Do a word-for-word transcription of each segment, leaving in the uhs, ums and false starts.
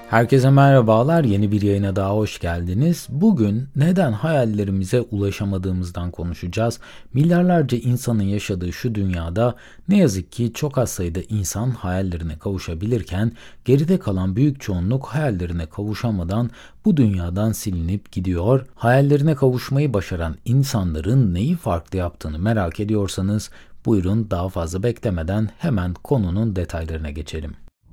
Herkese merhabalar, yeni bir yayına daha hoş geldiniz. Bugün neden hayallerimize ulaşamadığımızdan konuşacağız. Milyarlarca insanın yaşadığı şu dünyada ne yazık ki çok az sayıda insan hayallerine kavuşabilirken geride kalan büyük çoğunluk hayallerine kavuşamadan bu dünyadan silinip gidiyor. Hayallerine kavuşmayı başaran insanların neyi farklı yaptığını merak ediyorsanız buyurun daha fazla beklemeden hemen konunun detaylarına geçelim.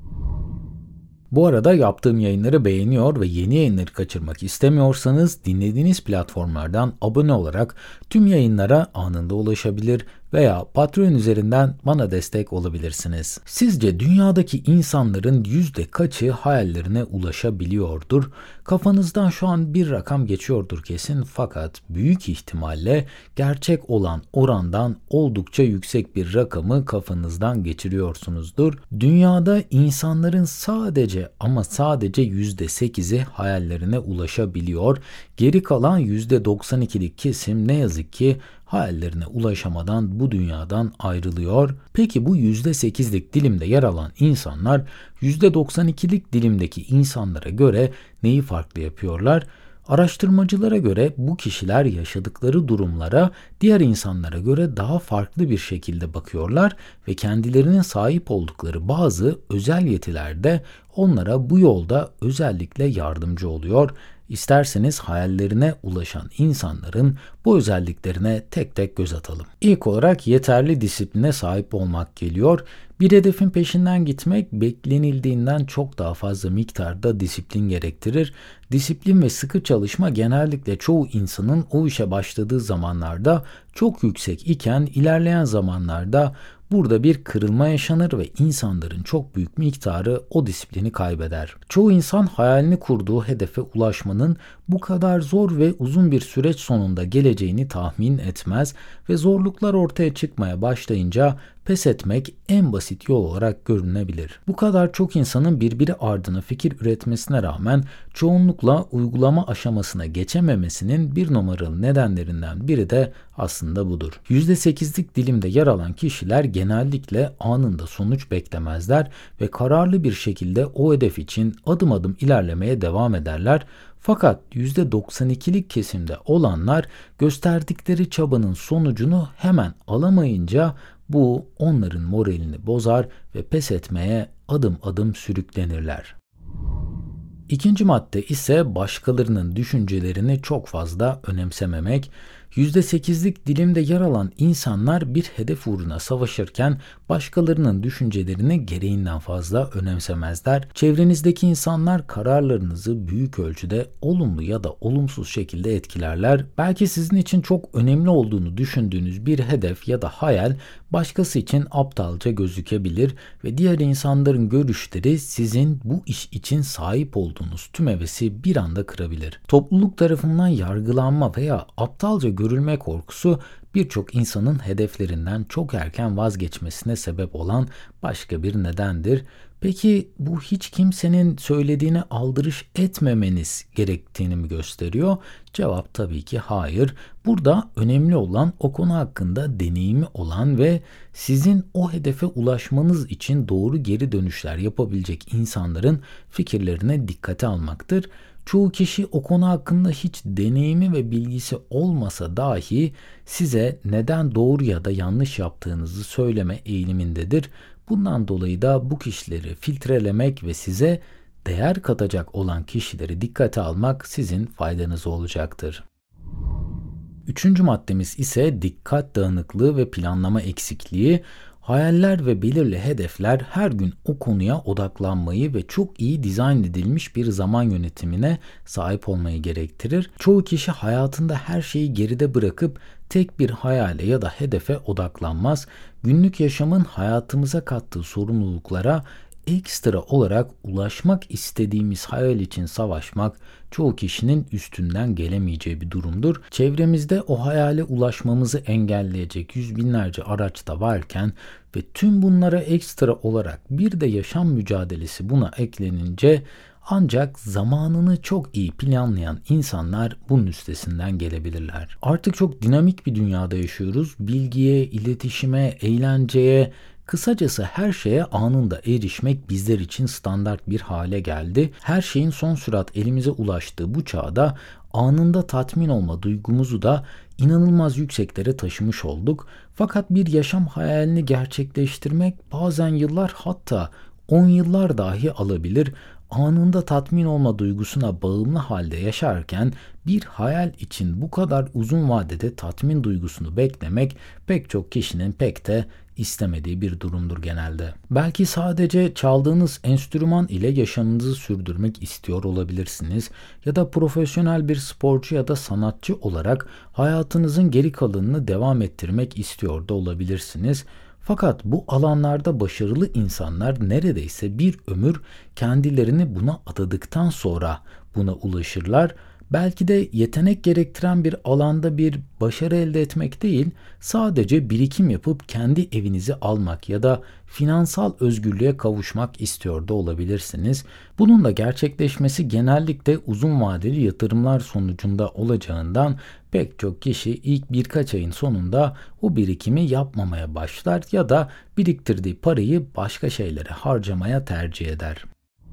Bu arada yaptığım yayınları beğeniyor ve yeni yayınları kaçırmak istemiyorsanız dinlediğiniz platformlardan abone olarak tüm yayınlara anında ulaşabilir veya Patreon üzerinden bana destek olabilirsiniz. Sizce dünyadaki insanların yüzde kaçı hayallerine ulaşabiliyordur? Kafanızdan şu an bir rakam geçiyordur kesin, fakat büyük ihtimalle gerçek olan orandan oldukça yüksek bir rakamı kafanızdan geçiriyorsunuzdur. Dünyada insanların sadece ama sadece yüzde sekizi hayallerine ulaşabiliyor. Geri kalan yüzde doksan ikilik kesim ne yazık ki hayallerine ulaşamadan bu dünyadan ayrılıyor. Peki bu yüzde sekizlik dilimde yer alan insanlar yüzde doksan ikilik dilimdeki insanlara göre neyi farklı yapıyorlar? Araştırmacılara göre bu kişiler yaşadıkları durumlara diğer insanlara göre daha farklı bir şekilde bakıyorlar ve kendilerinin sahip oldukları bazı özel yetiler de onlara bu yolda özellikle yardımcı oluyor. İsterseniz hayallerine ulaşan insanların bu özelliklerine tek tek göz atalım. İlk olarak yeterli disipline sahip olmak geliyor. Bir hedefin peşinden gitmek beklenildiğinden çok daha fazla miktarda disiplin gerektirir. Disiplin ve sıkı çalışma genellikle çoğu insanın o işe başladığı zamanlarda çok yüksek iken ilerleyen zamanlarda burada bir kırılma yaşanır ve insanların çok büyük miktarı o disiplini kaybeder. Çoğu insan hayalini kurduğu hedefe ulaşmanın bu kadar zor ve uzun bir süreç sonunda geleceğini tahmin etmez ve zorluklar ortaya çıkmaya başlayınca pes etmek en basit yol olarak görünebilir. Bu kadar çok insanın birbiri ardına fikir üretmesine rağmen çoğunlukla uygulama aşamasına geçememesinin bir numaralı nedenlerinden biri de aslında budur. yüzde sekizlik dilimde yer alan kişiler genellikle anında sonuç beklemezler ve kararlı bir şekilde o hedef için adım adım ilerlemeye devam ederler. Fakat yüzde doksan ikilik kesimde olanlar gösterdikleri çabanın sonucunu hemen alamayınca bu onların moralini bozar ve pes etmeye adım adım sürüklenirler. İkinci madde ise başkalarının düşüncelerini çok fazla önemsememek. yüzde sekizlik dilimde yer alan insanlar bir hedef uğruna savaşırken başkalarının düşüncelerini gereğinden fazla önemsemezler. Çevrenizdeki insanlar kararlarınızı büyük ölçüde olumlu ya da olumsuz şekilde etkilerler. Belki sizin için çok önemli olduğunu düşündüğünüz bir hedef ya da hayal başkası için aptalca gözükebilir ve diğer insanların görüşleri sizin bu iş için sahip olduğunuz tüm hevesi bir anda kırabilir. Topluluk tarafından yargılanma veya aptalca görülme korkusu birçok insanın hedeflerinden çok erken vazgeçmesine sebep olan başka bir nedendir. Peki bu hiç kimsenin söylediğine aldırış etmemeniz gerektiğini mi gösteriyor? Cevap tabii ki hayır. Burada önemli olan o konu hakkında deneyimi olan ve sizin o hedefe ulaşmanız için doğru geri dönüşler yapabilecek insanların fikirlerine dikkate almaktır. Çoğu kişi o konu hakkında hiç deneyimi ve bilgisi olmasa dahi size neden doğru ya da yanlış yaptığınızı söyleme eğilimindedir. Bundan dolayı da bu kişileri filtrelemek ve size değer katacak olan kişileri dikkate almak sizin faydanıza olacaktır. Üçüncü maddemiz ise dikkat dağınıklığı ve planlama eksikliği. Hayaller ve belirli hedefler her gün o konuya odaklanmayı ve çok iyi dizayn edilmiş bir zaman yönetimine sahip olmayı gerektirir. Çoğu kişi hayatında her şeyi geride bırakıp tek bir hayale ya da hedefe odaklanmaz. Günlük yaşamın hayatımıza kattığı sorumluluklara ekstra olarak ulaşmak istediğimiz hayal için savaşmak çoğu kişinin üstünden gelemeyeceği bir durumdur. Çevremizde o hayale ulaşmamızı engelleyecek yüz binlerce araç da varken ve tüm bunlara ekstra olarak bir de yaşam mücadelesi buna eklenince ancak zamanını çok iyi planlayan insanlar bunun üstesinden gelebilirler. Artık çok dinamik bir dünyada yaşıyoruz. Bilgiye, iletişime, eğlenceye Kısacası her şeye anında erişmek bizler için standart bir hale geldi. Her şeyin son sürat elimize ulaştığı bu çağda anında tatmin olma duygumuzu da inanılmaz yükseklere taşımış olduk. Fakat bir yaşam hayalini gerçekleştirmek bazen yıllar, hatta on yıllar dahi alabilir. Anında tatmin olma duygusuna bağımlı halde yaşarken bir hayal için bu kadar uzun vadede tatmin duygusunu beklemek pek çok kişinin pek de istemediği bir durumdur genelde. Belki sadece çaldığınız enstrüman ile yaşamınızı sürdürmek istiyor olabilirsiniz ya da profesyonel bir sporcu ya da sanatçı olarak hayatınızın geri kalanını devam ettirmek istiyor da olabilirsiniz. Fakat bu alanlarda başarılı insanlar neredeyse bir ömür kendilerini buna adadıktan sonra buna ulaşırlar. Belki de yetenek gerektiren bir alanda bir başarı elde etmek değil, sadece birikim yapıp kendi evinizi almak ya da finansal özgürlüğe kavuşmak istiyor da olabilirsiniz. Bunun da gerçekleşmesi genellikle uzun vadeli yatırımlar sonucunda olacağından pek çok kişi ilk birkaç ayın sonunda o birikimi yapmamaya başlar ya da biriktirdiği parayı başka şeylere harcamaya tercih eder.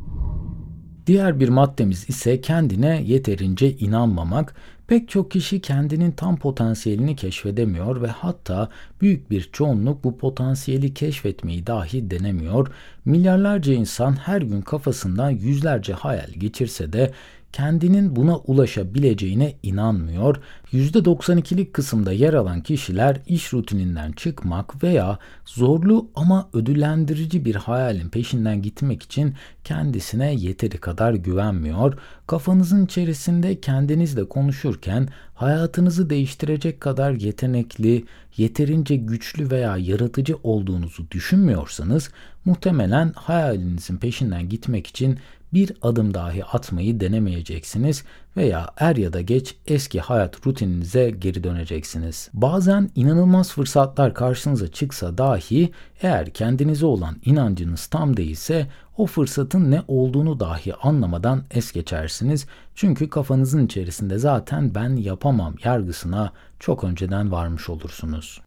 Diğer bir maddemiz ise kendine yeterince inanmamak. Pek çok kişi kendinin tam potansiyelini keşfedemiyor ve hatta büyük bir çoğunluk bu potansiyeli keşfetmeyi dahi denemiyor. Milyarlarca insan her gün kafasından yüzlerce hayal geçirse de kendinin buna ulaşabileceğine inanmıyor. yüzde doksan ikilik kısımda yer alan kişiler iş rutininden çıkmak veya zorlu ama ödüllendirici bir hayalin peşinden gitmek için kendisine yeteri kadar güvenmiyor. Kafanızın içerisinde kendinizle konuşurken hayatınızı değiştirecek kadar yetenekli, yeterince güçlü veya yaratıcı olduğunuzu düşünmüyorsanız muhtemelen hayalinizin peşinden gitmek için bir adım dahi atmayı denemeyeceksiniz veya er ya da geç eski hayat rutininize geri döneceksiniz. Bazen inanılmaz fırsatlar karşınıza çıksa dahi eğer kendinize olan inancınız tam değilse o fırsatın ne olduğunu dahi anlamadan es geçersiniz. Çünkü kafanızın içerisinde zaten ben yapamam yargısına çok önceden varmış olursunuz.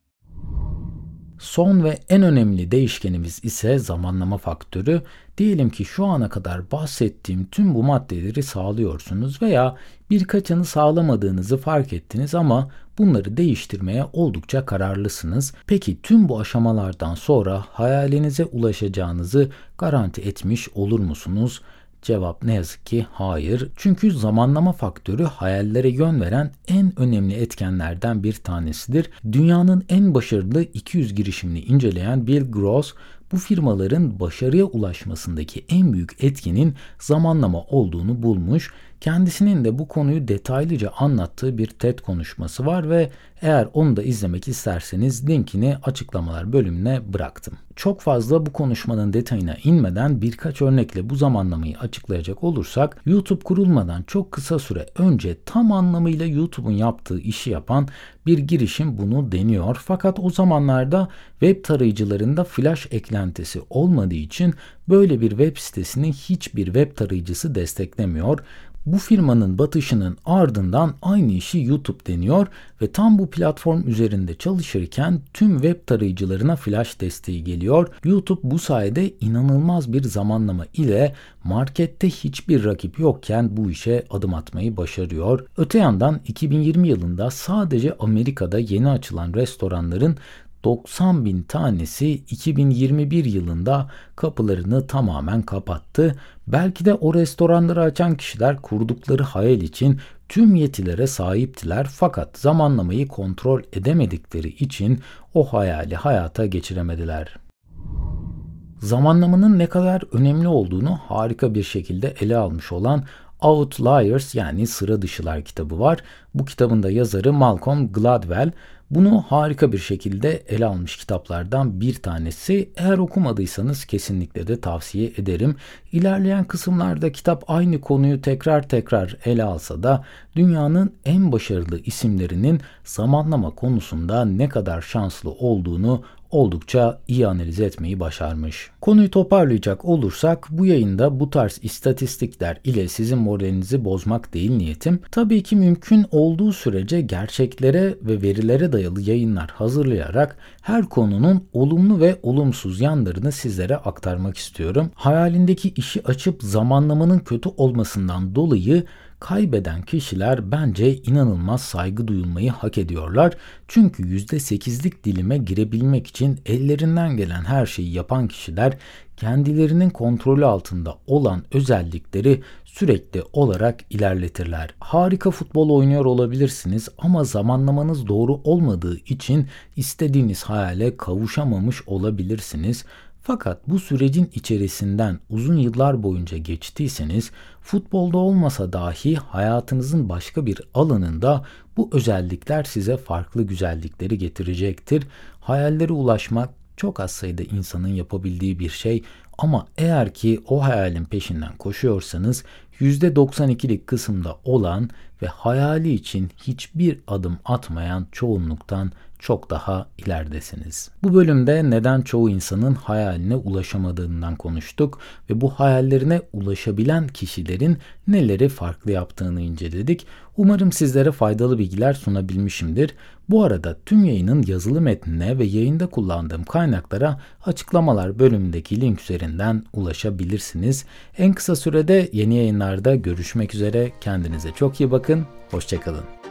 Son ve en önemli değişkenimiz ise zamanlama faktörü. Diyelim ki şu ana kadar bahsettiğim tüm bu maddeleri sağlıyorsunuz veya birkaçını sağlamadığınızı fark ettiniz ama bunları değiştirmeye oldukça kararlısınız. Peki tüm bu aşamalardan sonra hayalinize ulaşacağınızı garanti etmiş olur musunuz? Cevap ne yazık ki hayır. Çünkü zamanlama faktörü hayallere yön veren en önemli etkenlerden bir tanesidir. Dünyanın en başarılı iki yüz girişimini inceleyen Bill Gross, bu firmaların başarıya ulaşmasındaki en büyük etkenin zamanlama olduğunu bulmuş. Kendisinin de bu konuyu detaylıca anlattığı bir TED konuşması var ve eğer onu da izlemek isterseniz linkini açıklamalar bölümüne bıraktım. Çok fazla bu konuşmanın detayına inmeden birkaç örnekle bu zamanlamayı açıklayacak olursak, YouTube kurulmadan çok kısa süre önce tam anlamıyla YouTube'un yaptığı işi yapan bir girişim bunu deniyor. Fakat o zamanlarda web tarayıcılarında flash eklentisi olmadığı için böyle bir web sitesini hiçbir web tarayıcısı desteklemiyor. Bu firmanın batışının ardından aynı işi YouTube deniyor ve tam bu platform üzerinde çalışırken tüm web tarayıcılarına flash desteği geliyor. YouTube bu sayede inanılmaz bir zamanlama ile markette hiçbir rakip yokken bu işe adım atmayı başarıyor. Öte yandan iki bin yirmi yılında sadece Amerika'da yeni açılan restoranların doksan bin tanesi iki bin yirmi bir yılında kapılarını tamamen kapattı. Belki de o restoranları açan kişiler kurdukları hayal için tüm yetilere sahiptiler fakat zamanlamayı kontrol edemedikleri için o hayali hayata geçiremediler. Zamanlamanın ne kadar önemli olduğunu harika bir şekilde ele almış olan Outliers yani Sıra Dışılar kitabı var. Bu kitabın da yazarı Malcolm Gladwell. Bunu harika bir şekilde ele almış kitaplardan bir tanesi. Eğer okumadıysanız kesinlikle de tavsiye ederim. İlerleyen kısımlarda kitap aynı konuyu tekrar tekrar ele alsa da dünyanın en başarılı isimlerinin zamanlama konusunda ne kadar şanslı olduğunu oldukça iyi analiz etmeyi başarmış. Konuyu toparlayacak olursak bu yayında bu tarz istatistikler ile sizin moralinizi bozmak değil niyetim. Tabii ki mümkün olduğu sürece gerçeklere ve verilere dayalı yayınlar hazırlayarak her konunun olumlu ve olumsuz yanlarını sizlere aktarmak istiyorum. Hayalindeki işi açıp zamanlamanın kötü olmasından dolayı kaybeden kişiler bence inanılmaz saygı duyulmayı hak ediyorlar. Çünkü yüzde sekizlik dilime girebilmek için ellerinden gelen her şeyi yapan kişiler kendilerinin kontrolü altında olan özellikleri sürekli olarak ilerletirler. Harika futbol oynuyor olabilirsiniz ama zamanlamanız doğru olmadığı için istediğiniz hayale kavuşamamış olabilirsiniz. Fakat bu sürecin içerisinden uzun yıllar boyunca geçtiyseniz, futbolda olmasa dahi hayatınızın başka bir alanında bu özellikler size farklı güzellikleri getirecektir. Hayallere ulaşmak çok az sayıda insanın yapabildiği bir şey ama eğer ki o hayalin peşinden koşuyorsanız yüzde doksan ikilik kısımda olan ve hayali için hiçbir adım atmayan çoğunluktan çok daha ileridesiniz. Bu bölümde neden çoğu insanın hayaline ulaşamadığından konuştuk ve bu hayallerine ulaşabilen kişilerin neleri farklı yaptığını inceledik. Umarım sizlere faydalı bilgiler sunabilmişimdir. Bu arada tüm yayının yazılı metnine ve yayında kullandığım kaynaklara açıklamalar bölümündeki link üzerinden ulaşabilirsiniz. En kısa sürede yeni yayınlarda görüşmek üzere. Kendinize çok iyi bakın. Hoşça kalın.